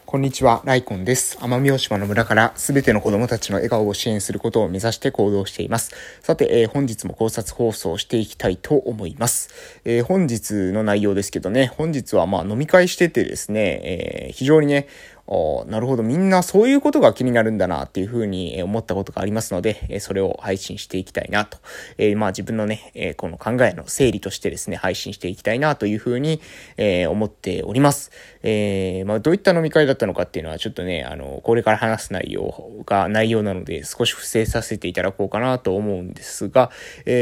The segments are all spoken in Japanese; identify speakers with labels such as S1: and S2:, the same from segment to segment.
S1: こんにちは、ライコンです。奄美大島の村からすべての子供たちの笑顔を支援することを目指して行動しています。さて、本日も考察放送をしていきたいと思います。本日の内容ですけどね、本日は飲み会しててですね、非常にね、なるほど、みんなそういうことが気になるんだなっていうふうに思ったことがありますので、それを配信していきたいなと。自分のね、この考えの整理としてですね、配信していきたいなというふうに、思っております。どういった飲み会だったのかっていうのはちょっとね、これから話す内容なので少し伏せさせていただこうかなと思うんですが、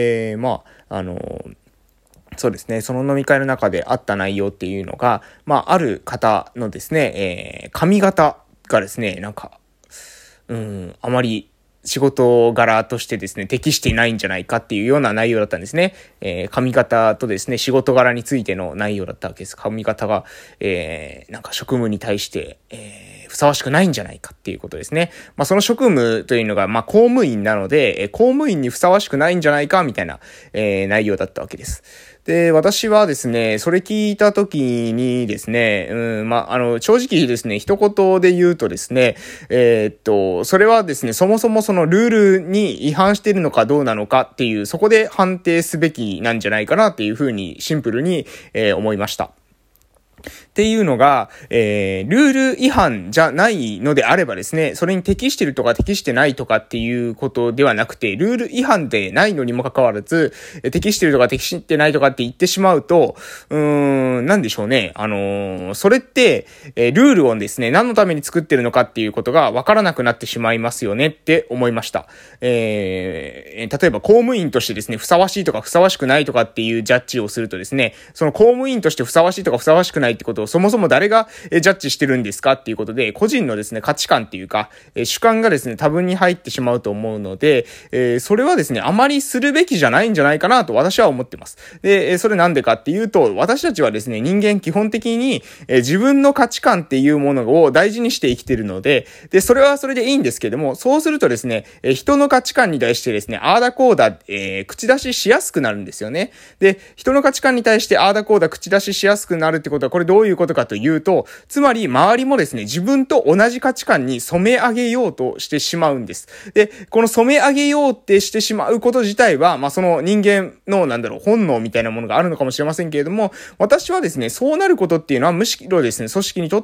S1: そうですね。その飲み会の中であった内容っていうのが、ある方のですね、髪型がですね、あまり仕事柄としてですね、適していないんじゃないかっていうような内容だったんですね。髪型とですね、仕事柄についての内容だったわけです。髪型が、職務に対して、ふさわしくないんじゃないかっていうことですね。その職務というのが、公務員なので、公務員にふさわしくないんじゃないかみたいな、内容だったわけです。で、私はですね、それ聞いたときにですね、正直ですね、一言で言うとですね、それはですね、そもそもそのルールに違反しているのかどうなのかっていう、そこで判定すべきなんじゃないかなっていうふうにシンプルに、思いました。っていうのが、ルール違反じゃないのであればですね、それに適してるとか適してないとかっていうことではなくて、ルール違反でないのにもかかわらず、適してるとか適してないとかって言ってしまうと、なんでしょうね。それって、ルールをですね、何のために作ってるのかっていうことがわからなくなってしまいますよねって思いました。例えば公務員としてですね、ふさわしいとかふさわしくないとかっていうジャッジをするとですね、その公務員としてふさわしいとかふさわしくないってことをそもそも誰がジャッジしてるんですかっていうことで、個人のですね、価値観っていうか、主観がですね、多分に入ってしまうと思うので、それはですね、あまりするべきじゃないんじゃないかなと私は思ってます。で、それなんでかっていうと、私たちはですね、人間基本的に、自分の価値観っていうものを大事にして生きてるので、それはそれでいいんですけども、そうするとですね、人の価値観に対してですね、あーだこーだ、口出ししやすくなるんですよね。で、人の価値観に対してあーだこーだ口出ししやすくなるってことは、これどういうことかというと、つまり周りもですね、自分と同じ価値観に染め上げようとしてしまうんです。で、この染め上げようってしてしまうこと自体は、その人間の本能みたいなものがあるのかもしれませんけれども、私はですね、そうなることっていうのはむしろですね、組織にとって、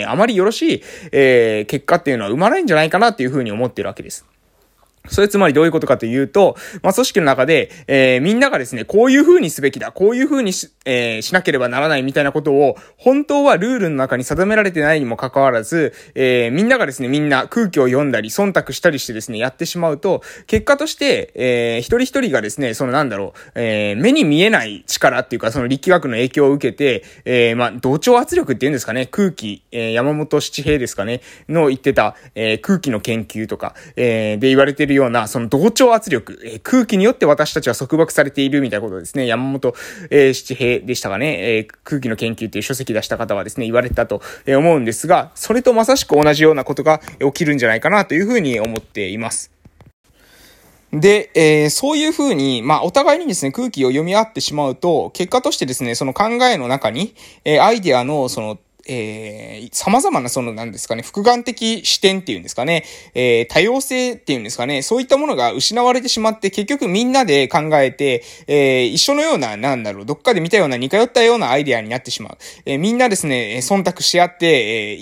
S1: あまりよろしい、結果っていうのは生まないんじゃないかなっていうふうに思っているわけです。それつまりどういうことかというと、組織の中で、みんながですね、こういう風にすべきだ、こういう風にしなければならないみたいなことを、本当はルールの中に定められてないにもかかわらず、みんながですね、みんな空気を読んだり、忖度したりしてですね、やってしまうと、結果として、一人一人がですね、目に見えない力っていうか、その力学の影響を受けて、同調圧力っていうんですかね、空気、山本七平ですかね、の言ってた、空気の研究とか、で言われているような、その同調圧力、空気によって私たちは束縛されているみたいなことですね。山本、七平でしたかね、空気の研究っていう書籍出した方はですね、言われてたと思うんですが、それとまさしく同じようなことが起きるんじゃないかなというふうに思っています。で、そういうふうに、お互いにですね、空気を読み合ってしまうと、結果としてですね、その考えの中に、アイデアの様々な複眼的視点っていうんですかね、多様性っていうんですかね、そういったものが失われてしまって、結局みんなで考えて、一緒のような、どっかで見たような似通ったようなアイデアになってしまう。みんなですね、忖度し合って、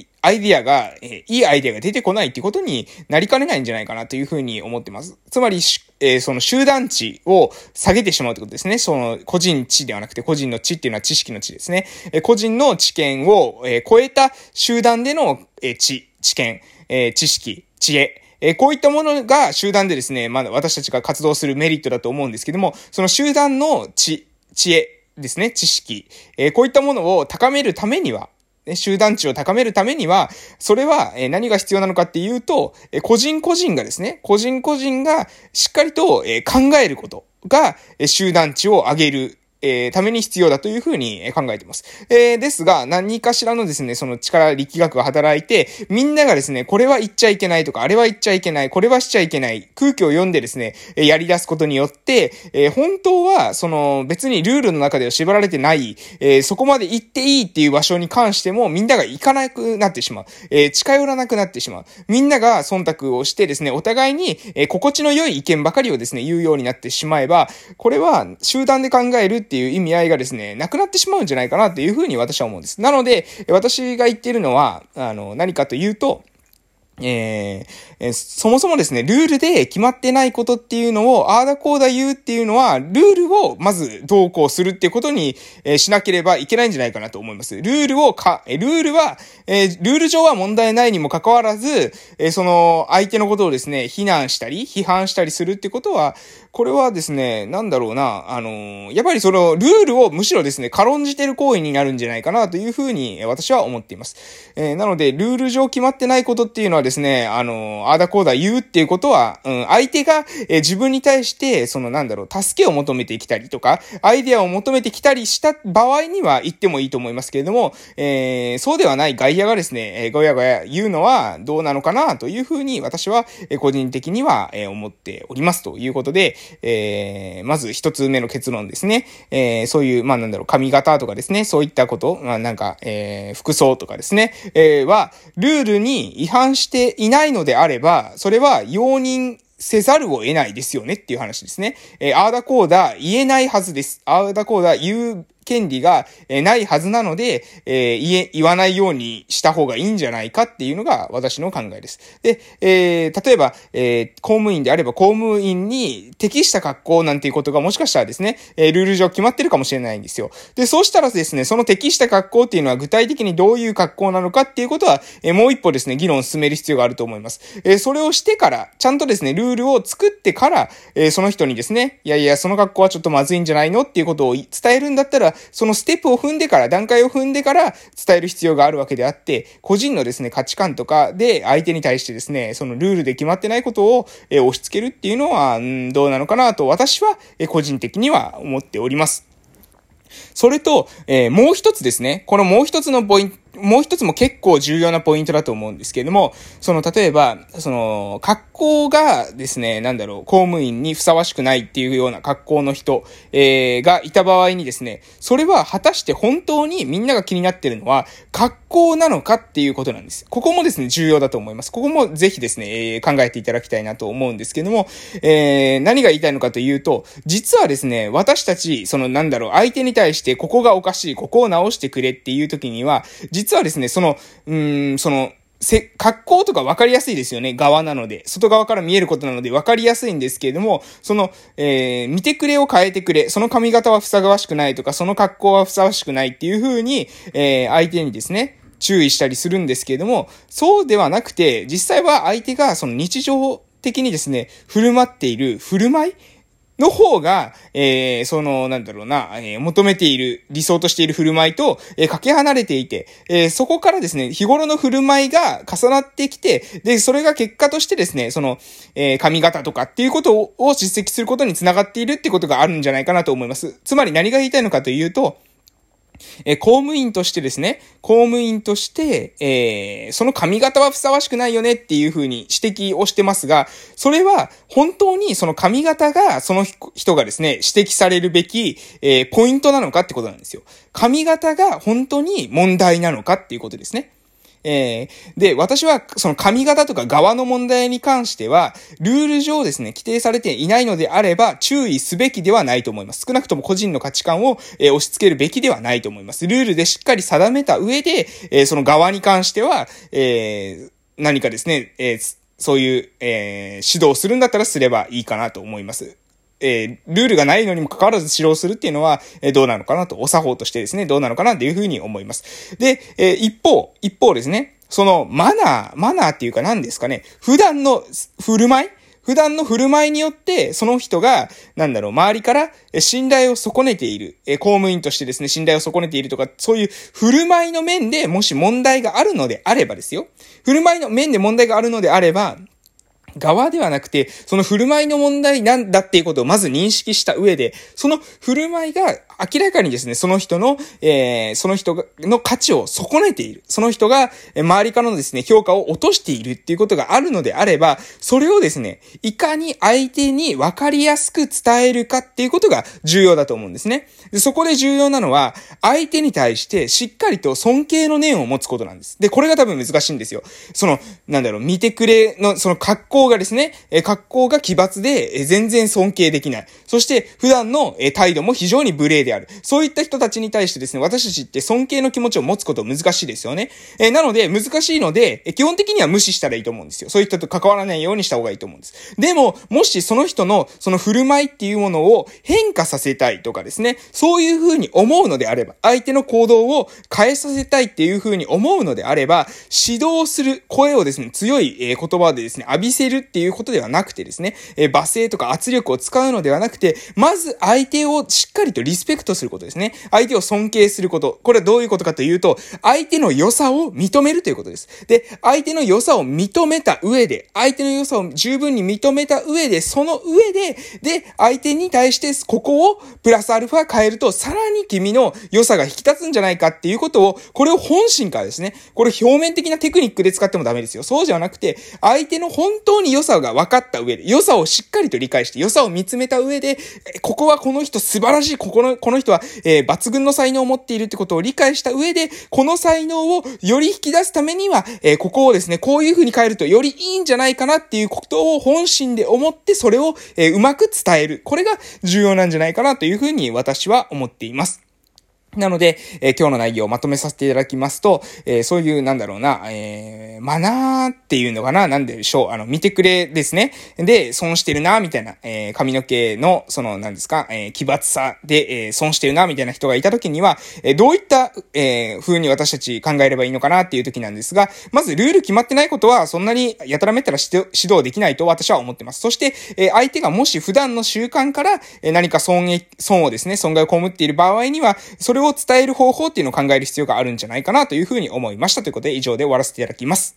S1: いいアイデアが出てこないっていうことになりかねないんじゃないかなというふうに思ってます。つまり、その集団値を下げてしまうってことですね。その個人値ではなくて、個人の値っていうのは知識の値ですね。個人の知見を超えた集団での知見、知識、知恵。こういったものが集団でですね、私たちが活動するメリットだと思うんですけども、その集団の知恵ですね、知識。こういったものを高めるためには、集団値を高めるためには、それは何が必要なのかっていうと、個人個人がですね、しっかりと考えることが集団値を上げるために必要だというふうに考えています。ですが、何かしらのですね、その力力学が働いて、みんながですね、これは言っちゃいけないとか、あれは言っちゃいけない、これはしちゃいけない、空気を読んでですね、やり出すことによって、本当は、別にルールの中では縛られてない、そこまで行っていいっていう場所に関しても、みんなが行かなくなってしまう。近寄らなくなってしまう。みんなが忖度をしてですね、お互いに、心地の良い意見ばかりをですね、言うようになってしまえば、これは集団で考えるっていう意味合いがですね、なくなってしまうんじゃないかなっていうふうに私は思うんです。なので、私が言っているのは、何かというと、そもそもですね、ルールで決まってないことっていうのを、あーだこうだ言うっていうのは、ルールをまずどうこうするっていうことに、しなければいけないんじゃないかなと思います。ルールは、ルール上は問題ないにもかかわらず、相手のことをですね、非難したり、批判したりするってことは、これはですね、なんだろうな、やっぱりルールをむしろですね、軽んじてる行為になるんじゃないかなというふうに、私は思っています。なので、ルール上決まってないことっていうのはですね、あーだこうだ言うっていうことは、相手が、自分に対して、助けを求めてきたりとか、アイデアを求めてきたりした場合には言ってもいいと思いますけれども、そうではない外野がですね、ごやごや言うのはどうなのかなというふうに私は、個人的には、思っておりますということで、まず一つ目の結論ですね。そういう、髪型とかですね、そういったこと、服装とかですね、は、ルールに違反していないのであれば、それは容認せざるを得ないですよねっていう話ですね。あーだこうだ言えないはずです。あーだこうだ言う権利がないはずなので、言わないようにした方がいいんじゃないかっていうのが私の考えです。で、例えば、公務員であれば公務員に適した格好なんていうことがもしかしたらですね、ルール上決まってるかもしれないんですよ。で、そうしたらですね、その適した格好っていうのは具体的にどういう格好なのかっていうことは、もう一歩ですね、議論を進める必要があると思います。それをしてから、ちゃんとですね、ルールを作ってから、その人にですね、いやいや、その格好はちょっとまずいんじゃないのっていうことを伝えるんだったら、そのステップを踏んでから、段階を踏んでから伝える必要があるわけであって、個人のですね、価値観とかで相手に対してですね、そのルールで決まってないことを押し付けるっていうのは、どうなのかなと私は個人的には思っております。それと、もう一つですね、このもう一つのポイント、もう一つも結構重要なポイントだと思うんですけれども、例えば、格好がですね、公務員にふさわしくないっていうような格好の人、がいた場合にですね、それは果たして本当にみんなが気になってるのは、格好なのかっていうことなんです。ここもですね、重要だと思います。ここもぜひですね、考えていただきたいなと思うんですけども、何が言いたいのかというと、実はですね、私たち、相手に対してここがおかしい、ここを直してくれっていう時には、実はですね、格好とか分かりやすいですよね。側なので。外側から見えることなので分かりやすいんですけれども、見てくれを変えてくれ、その髪型はふさわしくないとか、その格好はふさわしくないっていう風に、相手にですね、注意したりするんですけれども、そうではなくて、実際は相手が日常的にですね、振る舞っている振る舞いの方が、求めている、理想としている振る舞いと、かけ離れていて、そこからですね、日頃の振る舞いが重なってきて、で、それが結果としてですね、髪型とかっていうことを実績することにつながっているってことがあるんじゃないかなと思います。つまり何が言いたいのかというと、公務員としてですね、その髪型はふさわしくないよねっていうふうに指摘をしてますが、それは本当にその髪型がその人がですね、指摘されるべき、ポイントなのかってことなんですよ。髪型が本当に問題なのかっていうことですね。で、私は、その髪型とか側の問題に関しては、ルール上ですね、規定されていないのであれば、注意すべきではないと思います。少なくとも個人の価値観を、押し付けるべきではないと思います。ルールでしっかり定めた上で、その側に関しては、何かですね、そういう、指導するんだったらすればいいかなと思います。ルールがないのにもかかわらず指導するっていうのは、どうなのかなと、お作法としてですね、どうなのかなっていうふうに思います。で、一方ですね、そのマナーっていうか何ですかね、普段の振る舞いによって、その人が、周りから信頼を損ねている、公務員としてですね、信頼を損ねているとか、そういう振る舞いの面でもし問題があるのであればですよ。振る舞いの面で問題があるのであれば、 側ではなくて、その振る舞いの問題なんだっていうことをまず認識した上で、その振る舞いが明らかにですね、その人の価値を損ねている。その人が周りからのですね、評価を落としているっていうことがあるのであれば、それをですね、いかに相手に分かりやすく伝えるかっていうことが重要だと思うんですね。で、そこで重要なのは、相手に対してしっかりと尊敬の念を持つことなんです。で、これが多分難しいんですよ。見てくれの、格好がですね、格好が奇抜で、全然尊敬できない。そして、普段の態度も非常に無礼である。そういった人たちに対してですね、私たちって尊敬の気持ちを持つこと難しいですよね。なので、難しいので、基本的には無視したらいいと思うんですよ。そういう人と関わらないようにした方がいいと思うんです。でも、もしその人の、その振る舞いっていうものを変化させたいとかですね、そういう風に思うのであれば、相手の行動を変えさせたいっていう風に思うのであれば、指導する声をですね、強い言葉でですね、浴びせるっていうことではなくてですね、罵声とか圧力を使うのではなくて、まず相手をしっかりとリスペクトすることですね。相手を尊敬すること。これはどういうことかというと、相手の良さを認めるということです。で、相手の良さを認めた上で、相手の良さを十分に認めた上で、その上で、相手に対してここをプラスアルファ変えると、さらに君の良さが引き立つんじゃないかっていうことを、これを本心からですね、これ表面的なテクニックで使ってもダメですよ。そうじゃなくて、相手の本当に良さが分かった上で、良さをしっかりと理解して、良さを見つめた上で、ここはこの人素晴らしい、この人は、抜群の才能を持っているってことを理解した上で、この才能をより引き出すためには、ここをですね、こういう風に変えるとよりいいんじゃないかなっていうことを本心で思って、それを、うまく伝える。これが重要なんじゃないかなという風に私は思っています。なので、今日の内容をまとめさせていただきますと、そういう、マナーっていうのかな、なんでしょう、見てくれですね。で、損してるな、みたいな、髪の毛の、奇抜さで、損してるな、みたいな人がいたときには、どういった、風に私たち考えればいいのかなっていうときなんですが、まずルール決まってないことは、そんなにやたらめったら指導できないと私は思ってます。そして、相手がもし普段の習慣から、何か損をですね、損害を被っている場合には、それを伝える方法っていうのを考える必要があるんじゃないかなというふうに思いましたということで以上で終わらせていただきます。